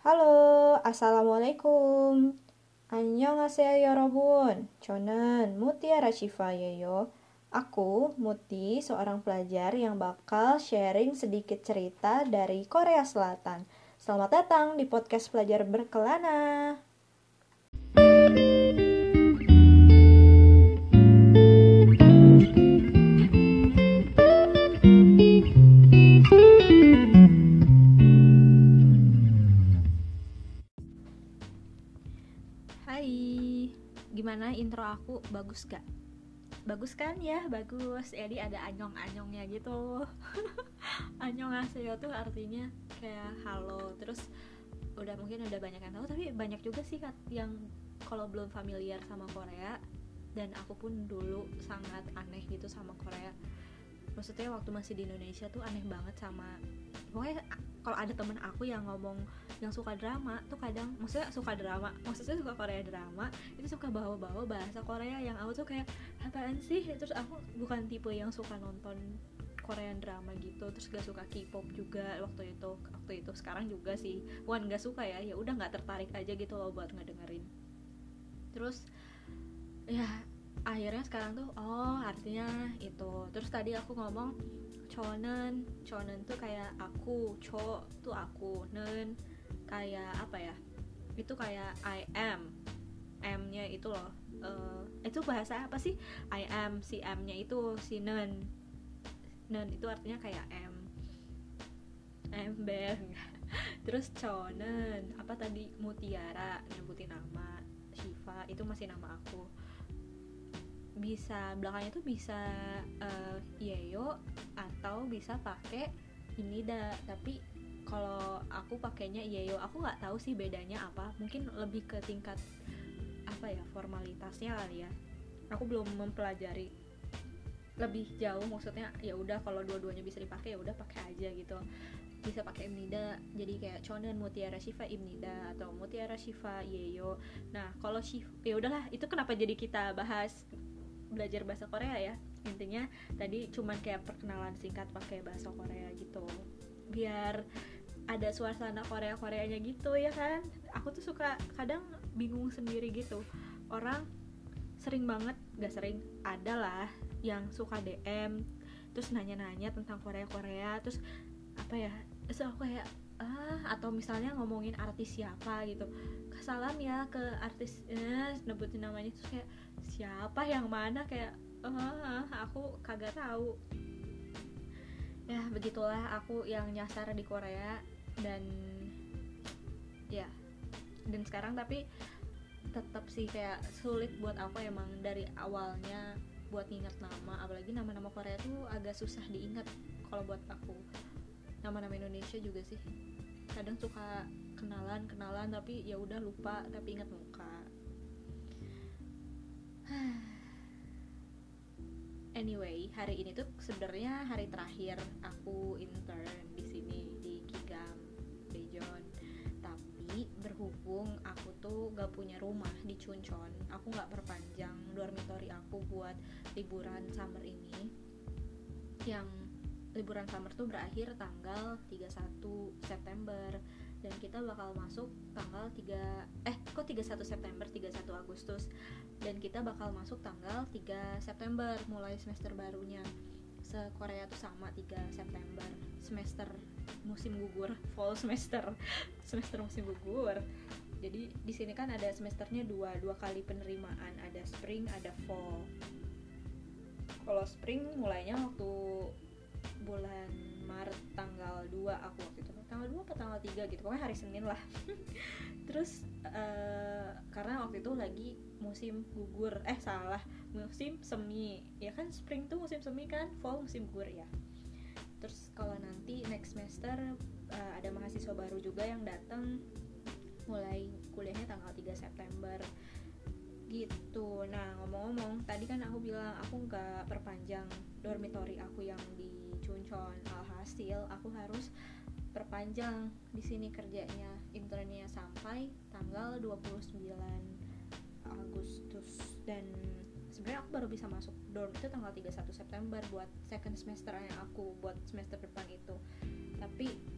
Halo, Assalamualaikum. Annyeonghaseyo yorobun. Chonen Mutiara Shifa Yeyo. Aku, Muti, seorang pelajar yang bakal sharing sedikit cerita dari Korea Selatan. Selamat datang di podcast Pelajar Berkelana. Hai, gimana intro aku? Bagus gak? Bagus kan ya? Bagus. Jadi ada anyong-anyongnya gitu. Annyeonghaseyo tuh artinya kayak halo. Terus mungkin udah banyak yang tahu, tapi banyak juga sih yang kalau belum familiar sama Korea. Dan aku pun dulu sangat aneh gitu sama Korea. Maksudnya waktu masih di Indonesia tuh aneh banget sama, pokoknya kalau ada temen aku yang ngomong yang suka drama tuh kadang, maksudnya suka Korea drama, itu suka bawa-bawa bahasa Korea yang aku tuh kayak apaan sih. Terus aku bukan tipe yang suka nonton Korean drama gitu, terus gak suka K-pop juga waktu itu sekarang juga sih bukan gak suka ya udah nggak tertarik aja gitu loh buat ngedengerin. Terus ya akhirnya sekarang tuh artinya itu. Terus tadi aku ngomong chonen tuh kayak aku, tuh aku, nen kayak apa ya, itu kayak I am, M-nya itu loh. Itu bahasa apa sih? I am, si M-nya itu si nen itu artinya kayak ember. Terus chonen apa tadi, mutiara, nyebutin nama. Shiva itu masih nama aku. Bisa belakangnya tuh bisa Yeyo atau bisa pakai Imnida, tapi kalau aku pakainya Yeyo. Aku nggak tahu sih bedanya apa, mungkin lebih ke tingkat apa ya, formalitasnya kali ya. Aku belum mempelajari lebih jauh, maksudnya ya udah kalau dua-duanya bisa dipakai ya udah pakai aja gitu. Bisa pakai Imnida, jadi kayak Chonen Mutiara Shiva Imnida atau Mutiara Shiva Yeyo. Nah kalau Shiva ya udahlah, itu kenapa jadi kita bahas belajar bahasa Korea ya. Intinya tadi cuman kayak perkenalan singkat pakai bahasa Korea gitu, biar ada suasana Korea-Koreanya gitu ya kan. Aku tuh suka kadang bingung sendiri gitu, orang sering banget, gak sering, adalah yang suka DM terus nanya-nanya tentang Korea-Korea, terus apa ya, terus aku kayak atau misalnya ngomongin artis siapa gitu, salam ya ke artis, nebutin namanya, terus kayak siapa yang mana, kayak aku kagak tahu. Ya begitulah aku yang nyasar di Korea. Dan ya, dan sekarang tapi tetap sih kayak sulit buat aku emang dari awalnya buat ingat nama, apalagi nama-nama Korea tuh agak susah diingat kalau buat aku. Nama-nama Indonesia juga sih kadang suka kenalan tapi ya udah lupa, tapi ingat muka. Anyway, hari ini tuh sebenarnya hari terakhir aku intern di sini di Kigam Daejeon. Tapi berhubung aku tuh gak punya rumah di Chuncheon, aku gak perpanjang dormitory aku buat liburan summer ini. Yang liburan summer tuh berakhir tanggal 31 September dan kita bakal masuk tanggal 31 September, 31 Agustus, dan kita bakal masuk tanggal 3 September mulai semester barunya. Se-Korea tuh sama 3 September, semester musim gugur, fall semester, semester musim gugur. Jadi di sini kan ada semesternya dua kali penerimaan, ada spring, ada fall. Kalau spring mulainya waktu bulan Maret tanggal 2, aku waktu itu tanggal 2 atau tanggal 3 gitu, pokoknya hari Senin lah. Terus karena waktu itu lagi musim gugur, musim semi ya kan, spring tuh musim semi kan, fall musim gugur ya. Terus kalau nanti next semester ada mahasiswa baru juga yang datang, mulai kuliahnya tanggal 3 September gitu. Nah ngomong-ngomong, tadi kan aku bilang aku nggak perpanjang dormitory aku yang di Chuncheon. Alhasil aku harus perpanjang di sini kerjanya, internnya sampai tanggal 29 Agustus. Dan sebenarnya aku baru bisa masuk dorm itu tanggal 31 September buat second semesternya aku, buat semester depan itu. Tapi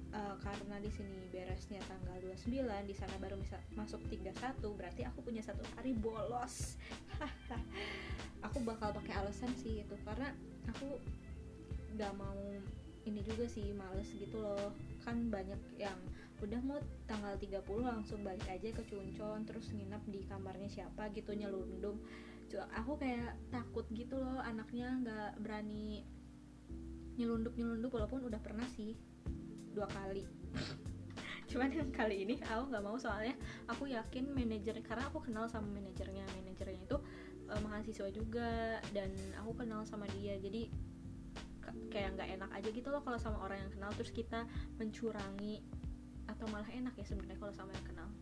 karena di sini beresnya tanggal 29, di sana baru bisa masuk 31, berarti aku punya 1 hari bolos. Aku bakal pakai alasan sih itu, karena aku gak mau ini juga sih, males gitu loh. Kan banyak yang udah mau tanggal 30 langsung balik aja ke Cuncon, terus nginep di kamarnya siapa gitu, nyelundum. Aku kayak takut gitu loh, anaknya gak berani nyelundup walaupun udah pernah sih 2 kali. Cuman yang kali ini aku nggak mau, soalnya aku yakin manajer, karena aku kenal sama manajernya itu mahasiswa juga, dan aku kenal sama dia, jadi kayak nggak enak aja gitu loh kalau sama orang yang kenal terus kita mencurangi, atau malah enak ya sebenarnya kalau sama yang kenal.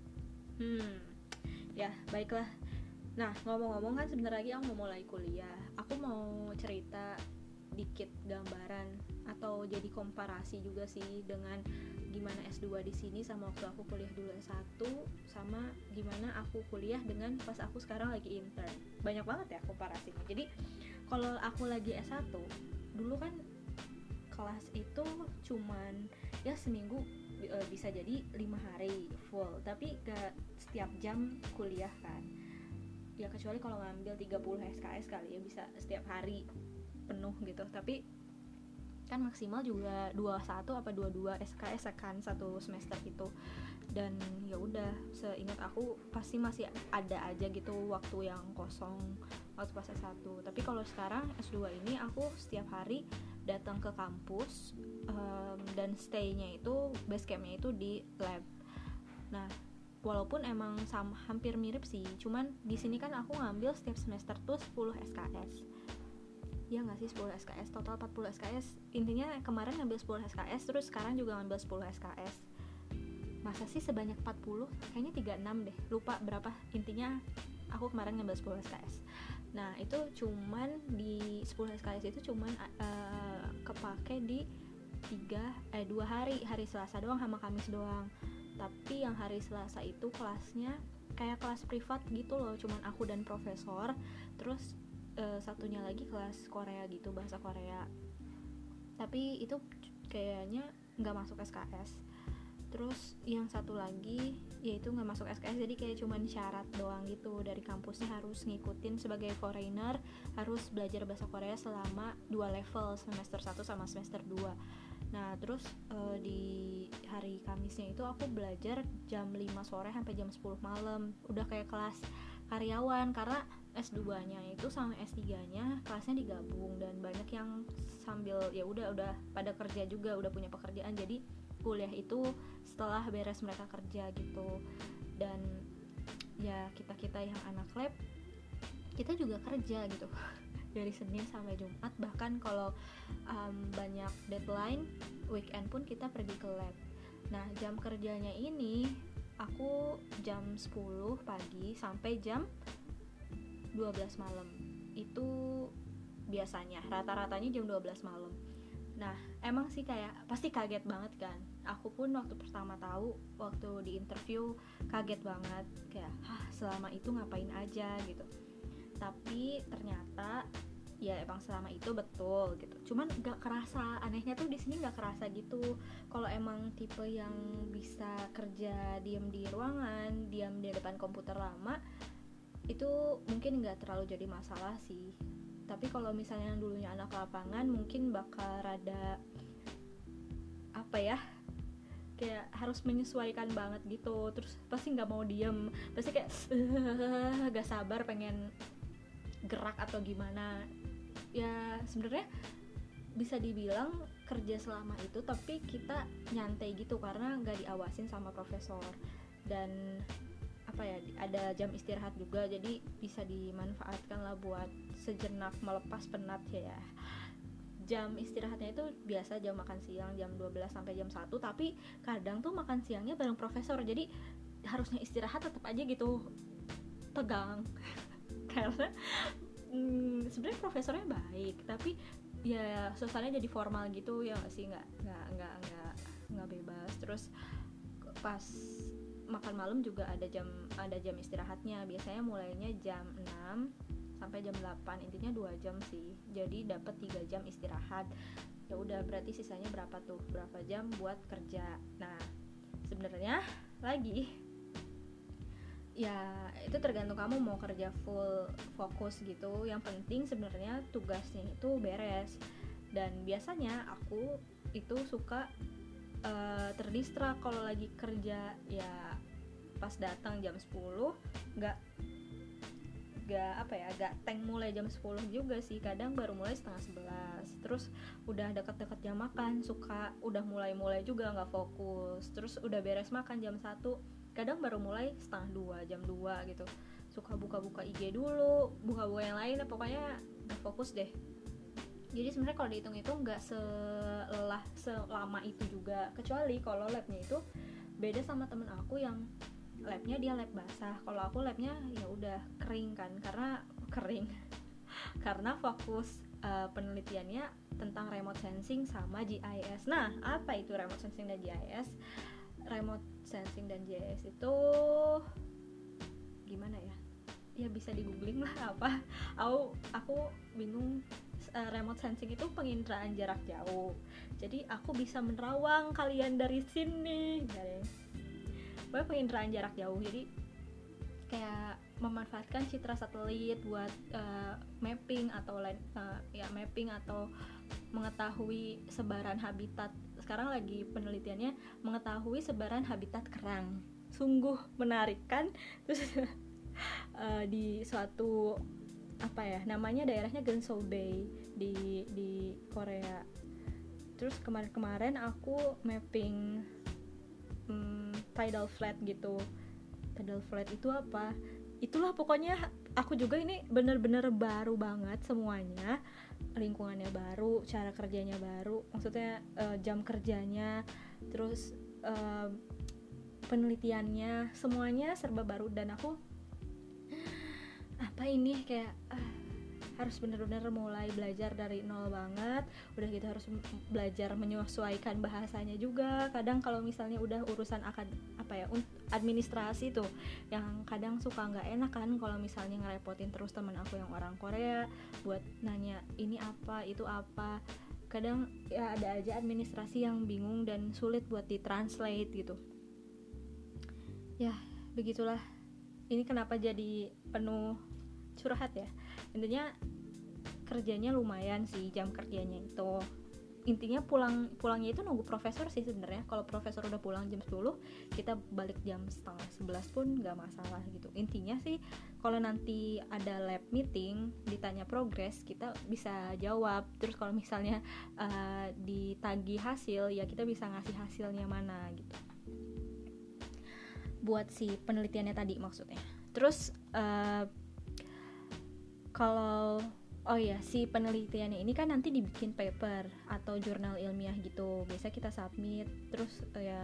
Ya baiklah. Nah, ngomong-ngomong kan sebentar lagi aku mau mulai kuliah. Aku mau cerita dikit gambaran atau jadi komparasi juga sih dengan gimana S2 di sini sama waktu aku kuliah dulu S1, sama gimana aku kuliah dengan pas aku sekarang lagi intern. Banyak banget ya komparasinya. Jadi kalau aku lagi S1 dulu kan kelas itu cuman ya seminggu bisa jadi 5 hari full, tapi gak setiap jam kuliah kan. Ya kecuali kalau ngambil 30 SKS kali ya bisa setiap hari penuh gitu, tapi kan maksimal juga 21 apa 22 SKS kan satu semester itu. Dan ya udah, seingat aku pasti masih ada aja gitu waktu yang kosong waktu pas S1. Tapi kalau sekarang S2 ini aku setiap hari datang ke kampus, dan stay-nya itu base camp-nya itu di lab. Nah, walaupun emang hampir mirip sih, cuman di sini kan aku ngambil setiap semester tuh 10 SKS. Ya nggak sih, 10 SKS, total 40 SKS. Intinya kemarin ngambil 10 SKS, terus sekarang juga ngambil 10 SKS. Masa sih sebanyak 40? Kayaknya 36 deh, lupa berapa. Intinya aku kemarin ngambil 10 SKS. Nah itu cuman di 10 SKS itu cuman kepake di 2 hari Selasa doang sama Kamis doang. Tapi yang hari Selasa itu kelasnya kayak kelas privat gitu loh, cuman aku dan profesor. Terus satunya lagi kelas Korea gitu, bahasa Korea, tapi itu kayaknya nggak masuk SKS. Terus yang satu lagi yaitu nggak masuk SKS, jadi kayak cuman syarat doang gitu, dari kampusnya harus ngikutin sebagai foreigner, harus belajar bahasa Korea selama 2 level, semester 1 sama semester 2. Nah terus di hari Kamisnya itu aku belajar jam 5 sore sampai jam 10 malam, udah kayak kelas karyawan, karena S2-nya itu sama S3-nya kelasnya digabung, dan banyak yang sambil ya udah pada kerja juga, udah punya pekerjaan, jadi kuliah itu setelah beres mereka kerja gitu. Dan ya kita yang anak lab, kita juga kerja gitu dari Senin sampai Jumat, bahkan kalau banyak deadline weekend pun kita pergi ke lab. Nah jam kerjanya ini aku jam 10 pagi sampai jam 12 malam. Itu biasanya, rata-ratanya jam 12 malam. Nah emang sih kayak pasti kaget banget kan. Aku pun waktu pertama tahu, waktu di interview kaget banget, kayak selama itu ngapain aja gitu. Tapi ternyata ya emang selama itu betul gitu. Cuman gak kerasa, anehnya tuh di sini gak kerasa gitu. Kalau emang tipe yang bisa kerja diam di ruangan, diam di depan komputer lama, itu mungkin nggak terlalu jadi masalah sih. Tapi kalau misalnya yang dulunya anak lapangan, mungkin bakal rada apa ya, kayak harus menyesuaikan banget gitu. Terus pasti nggak mau diem, pasti kayak gak sabar pengen gerak atau gimana. Ya sebenarnya bisa dibilang kerja selama itu, tapi kita nyantai gitu karena nggak diawasin sama profesor. Dan apa ya, ada jam istirahat juga, jadi bisa dimanfaatkan lah buat sejenak melepas penat ya. Jam istirahatnya itu biasa jam makan siang jam 12 sampai jam 1, tapi kadang tuh makan siangnya bareng profesor, jadi harusnya istirahat tetap aja gitu tegang karena sebenarnya profesornya baik, tapi ya suasananya jadi formal gitu ya, sih nggak bebas. Terus pas makan malam juga ada jam istirahatnya, biasanya mulainya jam 6 sampai jam 8, intinya 2 jam sih, jadi dapat 3 jam istirahat. Ya ya udah berarti sisanya berapa jam buat kerja. Nah sebenarnya lagi ya itu tergantung kamu mau kerja full fokus gitu, yang penting sebenarnya tugasnya itu beres. Dan biasanya aku itu suka terdistrak kalau lagi kerja, ya pas datang jam 10 nggak tank mulai jam 10 juga sih, kadang baru mulai setengah 11, terus udah deket-deket jam makan suka udah mulai juga nggak fokus, terus udah beres makan jam 1 kadang baru mulai setengah 2 jam 2 gitu, suka buka-buka IG dulu, buka-buka yang lain, pokoknya nggak fokus deh. Jadi sebenarnya kalau dihitung-hitung nggak selama itu juga, kecuali kalau labnya itu beda sama temen aku yang labnya dia lab basah. Kalau aku labnya ya udah kering kan, karena fokus penelitiannya tentang remote sensing sama GIS. Nah, apa itu remote sensing dan GIS? Remote sensing dan GIS itu gimana ya? Ya bisa di googling lah apa. Aku bingung. Remote sensing itu penginderaan jarak jauh. Jadi aku bisa menerawang kalian dari sini. Pokoknya penginderaan jarak jauh. Jadi kayak memanfaatkan citra satelit buat mapping atau mengetahui sebaran habitat. Sekarang lagi penelitiannya mengetahui sebaran habitat kerang. Sungguh menarik kan? Terus di suatu namanya daerahnya Gansu Bay di Korea. Terus kemarin aku mapping tidal flat gitu. Tidal flat itu apa? Itulah pokoknya aku juga ini bener-bener baru banget semuanya, lingkungannya baru, cara kerjanya baru, maksudnya jam kerjanya, terus penelitiannya, semuanya serba baru. Dan aku kayak harus benar-benar mulai belajar dari nol banget. Udah gitu harus belajar menyesuaikan bahasanya juga. Kadang kalau misalnya udah urusan administrasi tuh yang kadang suka nggak enak kan kalau misalnya ngerepotin terus teman aku yang orang Korea buat nanya ini apa itu apa. Kadang ya ada aja administrasi yang bingung dan sulit buat ditranslate gitu. Ya begitulah, ini kenapa jadi penuh curhat ya. Intinya kerjanya lumayan sih, jam kerjanya itu intinya pulangnya itu nunggu profesor sih sebenarnya. Kalau profesor udah pulang jam 10, kita balik jam setengah 11 pun nggak masalah gitu. Intinya sih kalau nanti ada lab meeting ditanya progres, kita bisa jawab. Terus kalau misalnya ditagih hasil, ya kita bisa ngasih hasilnya mana gitu buat si penelitiannya tadi maksudnya. Terus si penelitiannya ini kan nanti dibikin paper atau jurnal ilmiah gitu. Biasa kita submit. Terus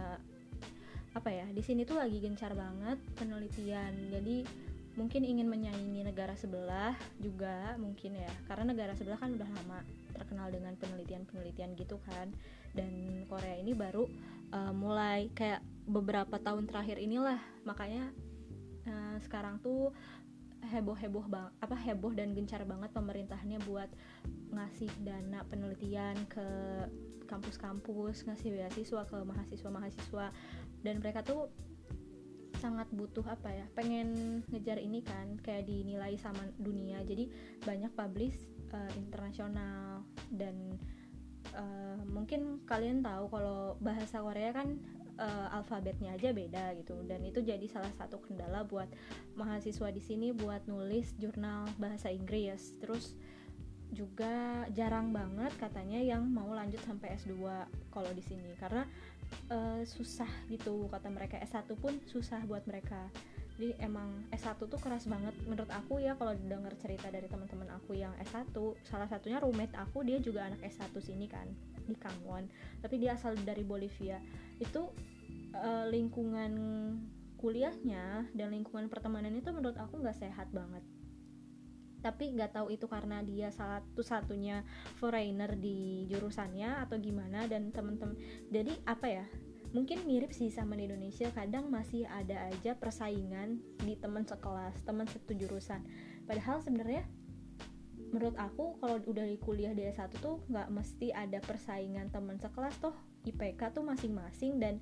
di sini tuh lagi gencar banget penelitian. Jadi mungkin ingin menyaingi negara sebelah juga mungkin ya. Karena negara sebelah kan udah lama terkenal dengan penelitian gitu kan. Dan Korea ini baru mulai kayak beberapa tahun terakhir inilah. Makanya sekarang tuh heboh dan gencar banget pemerintahannya buat ngasih dana penelitian ke kampus-kampus, ngasih beasiswa ke mahasiswa-mahasiswa, dan mereka tuh sangat butuh pengen ngejar ini kan, kayak dinilai sama dunia. Jadi banyak publish internasional. Dan mungkin kalian tahu kalau bahasa Korea kan alfabetnya aja beda gitu, dan itu jadi salah satu kendala buat mahasiswa di sini buat nulis jurnal bahasa Inggris. Terus juga jarang banget katanya yang mau lanjut sampai S2 kalau di sini, karena susah gitu kata mereka. S1 pun susah buat mereka. Jadi emang S1 tuh keras banget menurut aku ya, kalau dengar cerita dari teman-teman aku yang S1. Salah satunya roommate aku, dia juga anak S1 sini kan di Kangwon, tapi dia asal dari Bolivia. Itu lingkungan kuliahnya dan lingkungan pertemanan itu menurut aku nggak sehat banget. Tapi nggak tahu itu karena dia satu-satunya foreigner di jurusannya atau gimana. Dan teman-teman, jadi mungkin mirip sih sama di Indonesia, kadang masih ada aja persaingan di teman sekelas, teman satu jurusan. Padahal sebenarnya menurut aku kalau udah di kuliah di S1 tuh nggak mesti ada persaingan teman sekelas, toh IPK tuh masing-masing, dan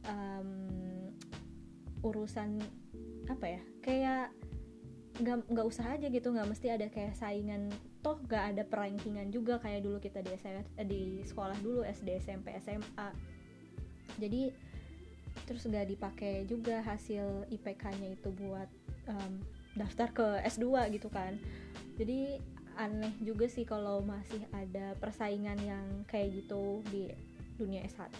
urusan apa ya, kayak nggak usah aja gitu, nggak mesti ada kayak saingan, toh nggak ada perankingan juga kayak dulu kita di sekolah dulu SD SMP SMA. Jadi terus nggak dipakai juga hasil IPK-nya itu buat daftar ke S2 gitu kan. Jadi aneh juga sih kalau masih ada persaingan yang kayak gitu di dunia S1.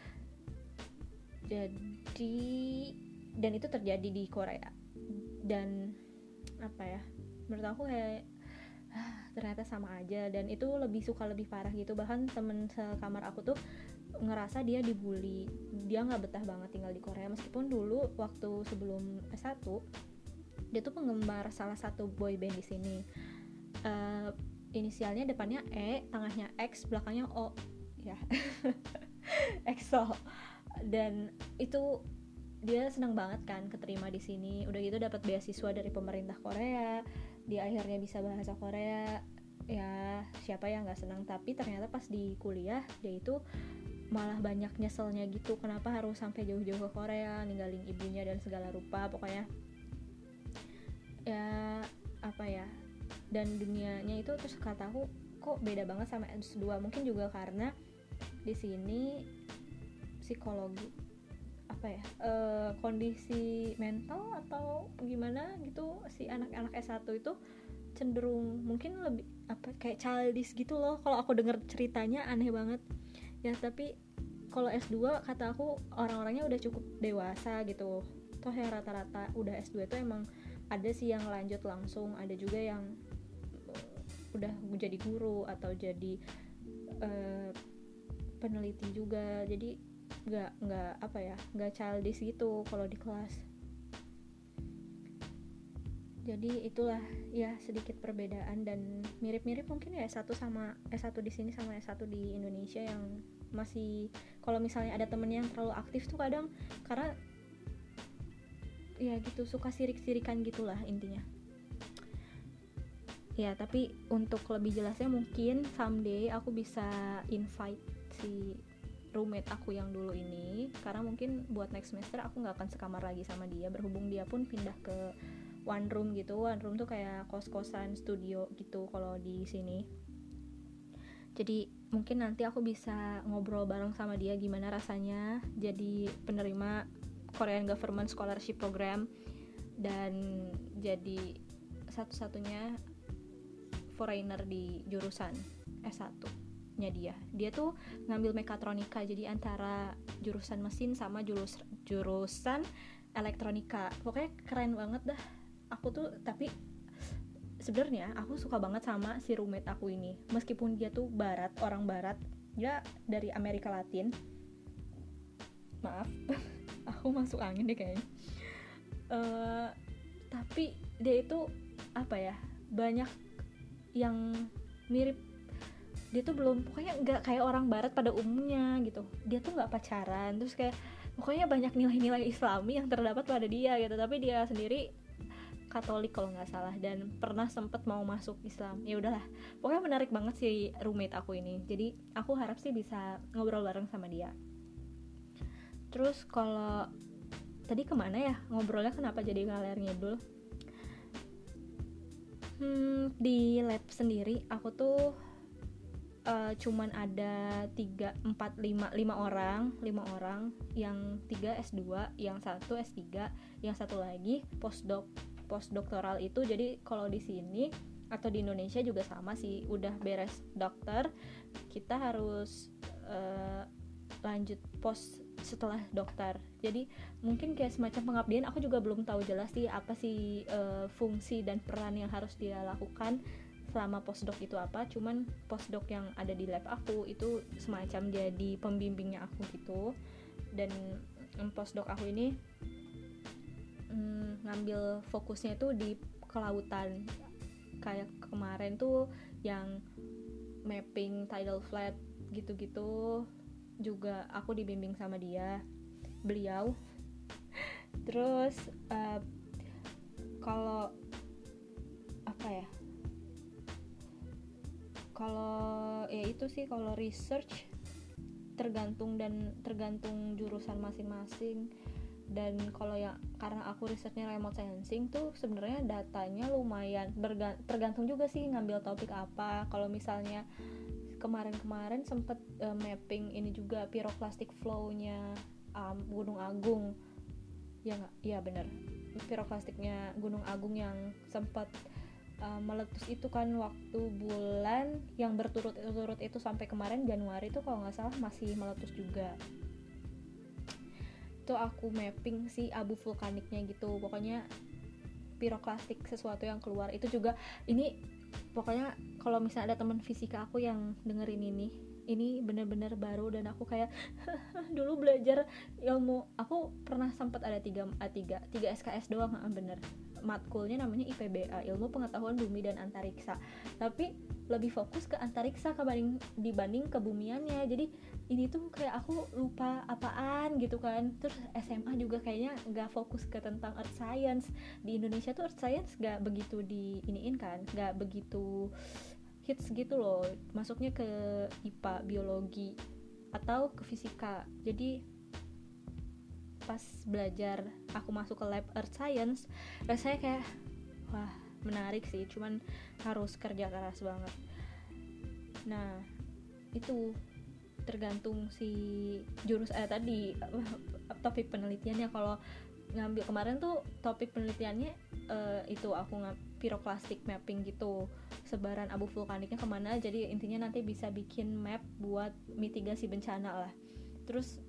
Jadi dan itu terjadi di Korea, dan apa ya, menurut aku kayak ternyata sama aja, dan itu lebih parah gitu. Bahkan temen sekamar aku tuh ngerasa dia dibully, dia nggak betah banget tinggal di Korea, meskipun dulu waktu sebelum S1 dia tuh penggemar salah satu boy band di sini. Inisialnya depannya E, tengahnya X, belakangnya O ya. EXO. Dan itu dia senang banget kan keterima di sini, udah gitu dapat beasiswa dari pemerintah Korea, dia akhirnya bisa bahasa Korea. Ya siapa yang nggak senang, tapi ternyata pas di kuliah dia itu malah banyak nyeselnya gitu, kenapa harus sampai jauh-jauh ke Korea, ninggalin ibunya dan segala rupa, pokoknya ya apa ya. Dan dunianya itu, terus kata aku kok beda banget sama S2. Mungkin juga karena di sini psikologi apa ya, kondisi mental atau gimana gitu, si anak-anak S1 itu cenderung mungkin lebih apa, kayak childish gitu loh. Kalau aku denger ceritanya aneh banget ya, tapi kalau S2 kata aku orang-orangnya udah cukup dewasa gitu. Toh ya rata-rata udah S2 itu emang ada sih yang lanjut langsung, ada juga yang udah jadi guru atau jadi peneliti juga. Jadi nggak apa ya, nggak childish gitu kalau di kelas. Jadi itulah ya sedikit perbedaan, dan mirip-mirip mungkin ya S1 di sini sama S1 di Indonesia, yang masih kalau misalnya ada temen yang terlalu aktif tuh kadang karena ya gitu suka sirik-sirikan gitulah intinya. Ya tapi untuk lebih jelasnya mungkin someday aku bisa invite si roommate aku yang dulu ini, karena mungkin buat next semester aku nggak akan sekamar lagi sama dia, berhubung dia pun pindah ke one room gitu. One room tuh kayak kos-kosan studio gitu kalau di sini. Jadi mungkin nanti aku bisa ngobrol bareng sama dia gimana rasanya jadi penerima Korean Government Scholarship Program, dan jadi satu-satunya foreigner di jurusan S1 nya dia tuh ngambil mekatronika, jadi antara jurusan mesin sama jurusan elektronika. Pokoknya keren banget dah. Aku tuh tapi sebenarnya aku suka banget sama si roommate aku ini, meskipun dia tuh orang barat, dia dari Amerika Latin. Maaf aku masuk angin deh kayaknya. Tapi dia itu apa ya, banyak yang mirip. Dia tuh belum, pokoknya nggak kayak orang barat pada umumnya gitu. Dia tuh nggak pacaran, terus kayak pokoknya banyak nilai-nilai Islami yang terdapat pada dia gitu. Tapi dia sendiri Katolik kalau nggak salah, dan pernah sempet mau masuk Islam. Ya udahlah, pokoknya menarik banget sih roommate aku ini. Jadi aku harap sih bisa ngobrol bareng sama dia. Terus kalau tadi kemana ya ngobrolnya, kenapa jadi ngalir ngidul? Di lab sendiri aku tuh cuman ada 5 orang, yang 3 S2, yang 1 S3, yang satu lagi postdoktoral itu. Jadi kalau di sini atau di Indonesia juga sama sih, udah beres dokter kita harus lanjut pos setelah dokter. Jadi mungkin kayak semacam pengabdian. Aku juga belum tahu jelas sih apa sih fungsi dan peran yang harus dia lakukan selama postdoc itu apa. Cuman postdoc yang ada di lab aku itu semacam jadi pembimbingnya aku gitu. Dan postdoc aku ini ngambil fokusnya itu di kelautan. Kayak kemarin tuh yang mapping tidal flat gitu-gitu juga aku dibimbing sama beliau. Terus kalau apa ya, Kalau ya itu sih, kalau research tergantung jurusan masing-masing. Dan kalau yang karena aku risetnya remote sensing tuh sebenarnya datanya lumayan tergantung juga sih ngambil topik apa. Kalau misalnya kemarin sempet mapping ini juga pyroclastic flow-nya Gunung Agung, ya nggak? Iya bener, pyroclasticnya Gunung Agung yang sempat meletus itu kan waktu bulan yang berturut-turut itu sampai kemarin Januari itu kalau nggak salah masih meletus juga. Itu aku mapping si abu vulkaniknya gitu. Pokoknya piroklastik sesuatu yang keluar itu juga. Ini pokoknya kalau misalnya ada teman fisika aku yang dengerin ini benar-benar baru dan aku kayak dulu belajar ilmu, aku pernah sempat ada 3 SKS doang, bener matkulnya namanya IPBA, ilmu pengetahuan bumi dan antariksa, tapi lebih fokus ke antariksa dibanding kebumiannya. Jadi ini tuh kayak aku lupa apaan gitu kan. Terus SMA juga kayaknya gak fokus ke tentang earth science. Di Indonesia tuh earth science gak begitu diiniin kan, gak begitu hits gitu loh, masuknya ke IPA, biologi atau ke fisika. Jadi pas belajar aku masuk ke lab earth science, rasanya kayak wah menarik sih, cuman harus kerja keras banget. Nah itu tergantung si tadi topik penelitiannya. Kalau ngambil kemarin tuh topik penelitiannya itu aku pyroclastic mapping gitu, sebaran abu vulkaniknya kemana. Jadi intinya nanti bisa bikin map buat mitigasi bencana lah. Terus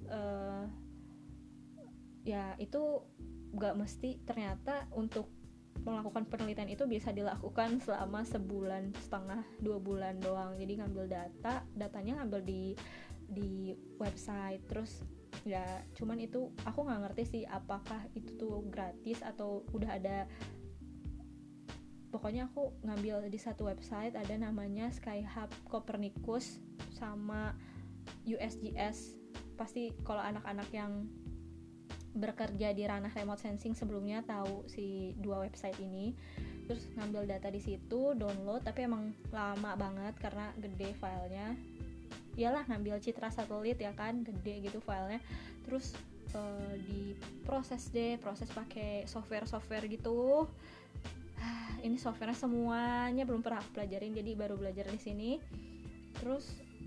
ya itu gak mesti, ternyata untuk melakukan penelitian itu bisa dilakukan selama 1,5 bulan 2 bulan doang. Jadi ngambil datanya ngambil di website. Terus ya cuman itu aku nggak ngerti sih apakah itu tuh gratis atau udah ada. Pokoknya aku ngambil di satu website ada namanya Skyhub Copernicus sama USGS. Pasti kalau anak-anak yang bekerja di ranah remote sensing sebelumnya tahu si 2 website ini. Terus ngambil data di situ, download, tapi emang lama banget karena gede filenya. Iyalah ngambil citra satelit ya kan, gede gitu filenya. Terus diproses pakai software gitu. Ini softwarenya semuanya belum pernah aku pelajarin, jadi baru belajar di sini. Terus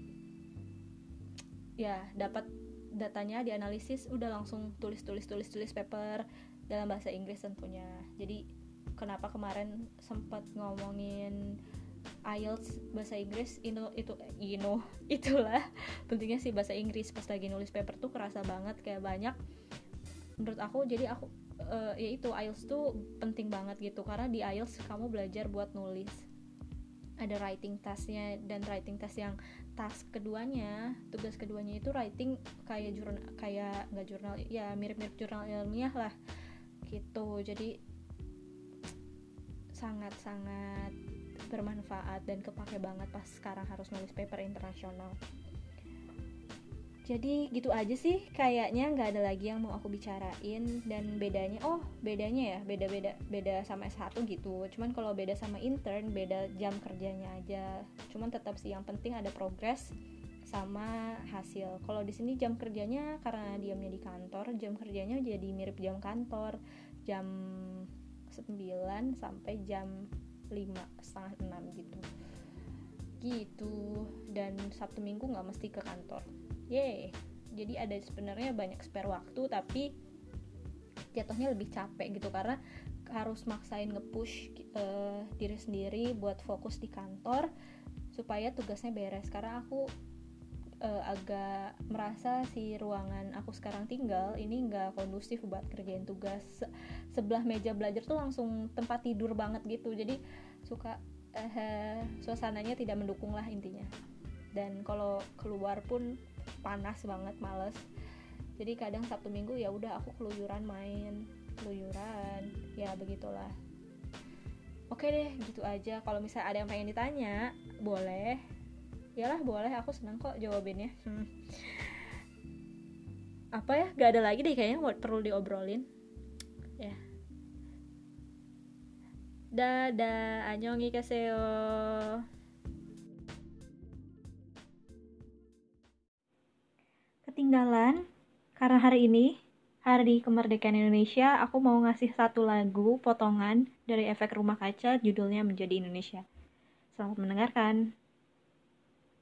ya dapat datanya, dianalisis, udah langsung tulis paper dalam bahasa Inggris tentunya. Jadi kenapa kemarin sempat ngomongin IELTS bahasa Inggris, itulah pentingnya sih bahasa Inggris. Pas lagi nulis paper tuh kerasa banget kayak banyak menurut aku. Jadi aku ya itu IELTS tuh penting banget gitu, karena di IELTS kamu belajar buat nulis, ada writing tasknya, dan writing task yang tugas keduanya itu writing kayak nggak jurnal ya, mirip-mirip jurnal ilmiah lah gitu. Jadi sangat-sangat bermanfaat dan kepake banget pas sekarang harus nulis paper internasional. Jadi gitu aja sih kayaknya, nggak ada lagi yang mau aku bicarain. Dan bedanya ya beda sama S1 gitu. Cuman kalau beda sama intern, beda jam kerjanya aja. Cuman tetap sih yang penting ada progres sama hasil. Kalau di sini jam kerjanya karena diamnya di kantor, jam kerjanya jadi mirip jam kantor, jam 9 sampai jam 5:30 gitu. Dan Sabtu Minggu nggak mesti ke kantor. Jadi ada sebenarnya banyak spare waktu, tapi jatuhnya lebih capek gitu karena harus maksain nge-push diri sendiri buat fokus di kantor supaya tugasnya beres. Karena aku agak merasa si ruangan aku sekarang tinggal ini nggak kondusif buat kerjain tugas. Sebelah meja belajar tuh langsung tempat tidur banget gitu. Jadi suka suasananya tidak mendukung lah intinya. Dan kalau keluar pun panas banget, males. Jadi kadang Sabtu Minggu ya udah aku keluyuran ya begitulah. Oke deh, gitu aja. Kalau misalnya ada yang pengen ditanya, boleh. Yalah boleh, aku senang kok jawabinnya. Apa ya? Gak ada lagi deh kayaknya perlu diobrolin. Ya. Dadah, annyeonghaseyo. ketinggalan karena hari ini Hari Kemerdekaan Indonesia, aku mau ngasih satu lagu potongan dari Efek Rumah Kaca, judulnya Menjadi Indonesia. Selamat mendengarkan.